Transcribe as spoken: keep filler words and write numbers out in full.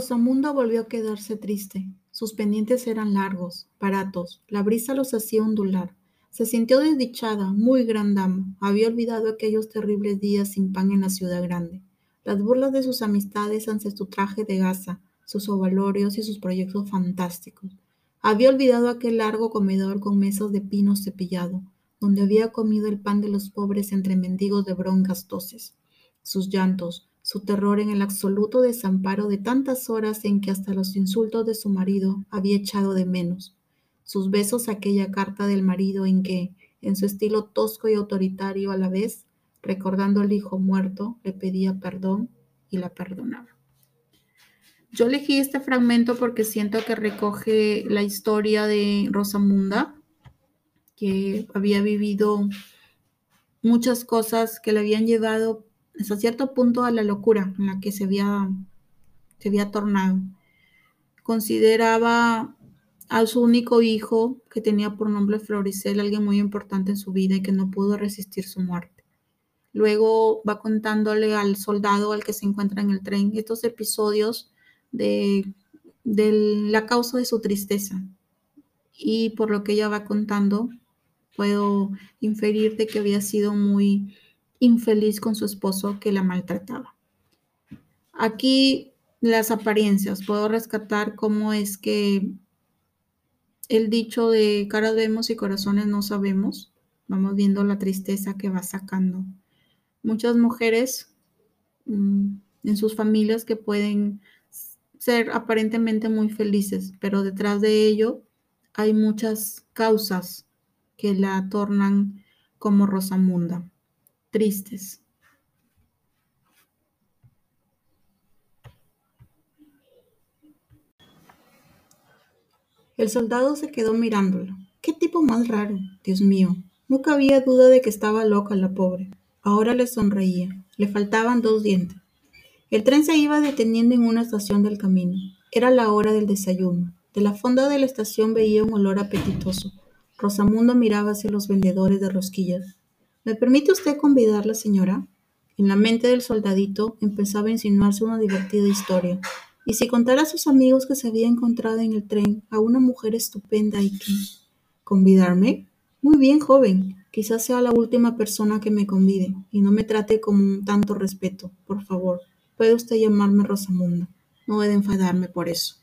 Rosamunda volvió a quedarse triste. Sus pendientes eran largos, baratos, la brisa los hacía ondular. Se sintió desdichada, muy gran dama. Había olvidado aquellos terribles días sin pan en la ciudad grande, las burlas de sus amistades ante su traje de gasa, sus ovalorios y sus proyectos fantásticos. Había olvidado aquel largo comedor con mesas de pino cepillado, donde había comido el pan de los pobres entre mendigos de broncas toses. Sus llantos, su terror en el absoluto desamparo de tantas horas en que hasta los insultos de su marido había echado de menos. Sus besos a aquella carta del marido en que, en su estilo tosco y autoritario a la vez, recordando al hijo muerto, le pedía perdón y la perdonaba. Yo elegí este fragmento porque siento que recoge la historia de Rosamunda, que había vivido muchas cosas que le habían llevado hasta cierto punto a la locura en la que se había, se había tornado. Consideraba a su único hijo, que tenía por nombre Floricel, alguien muy importante en su vida y que no pudo resistir su muerte. Luego va contándole al soldado al que se encuentra en el tren estos episodios de, de la causa de su tristeza. Y por lo que ella va contando, puedo inferir de que había sido muy infeliz con su esposo que la maltrataba. Aquí las apariencias, puedo rescatar cómo es que el dicho de caras vemos y corazones no sabemos, vamos viendo la tristeza que va sacando. Muchas mujeres mmm, en sus familias que pueden ser aparentemente muy felices, pero detrás de ello hay muchas causas que la tornan como Rosamunda, tristes. El soldado se quedó mirándolo. ¡Qué tipo más raro! Dios mío, no cabía duda de que estaba loca la pobre. Ahora le sonreía. Le faltaban dos dientes. El tren se iba deteniendo en una estación del camino. Era la hora del desayuno. De la fonda de la estación veía un olor apetitoso. Rosamunda miraba hacia los vendedores de rosquillas. ¿Me permite usted convidarla, señora? En la mente del soldadito empezaba a insinuarse una divertida historia. Y si contara a sus amigos que se había encontrado en el tren a una mujer estupenda y que... ¿Convidarme? Muy bien, joven. Quizás sea la última persona que me convide, y no me trate con un tanto respeto, por favor. Puede usted llamarme Rosamunda. No he de enfadarme por eso.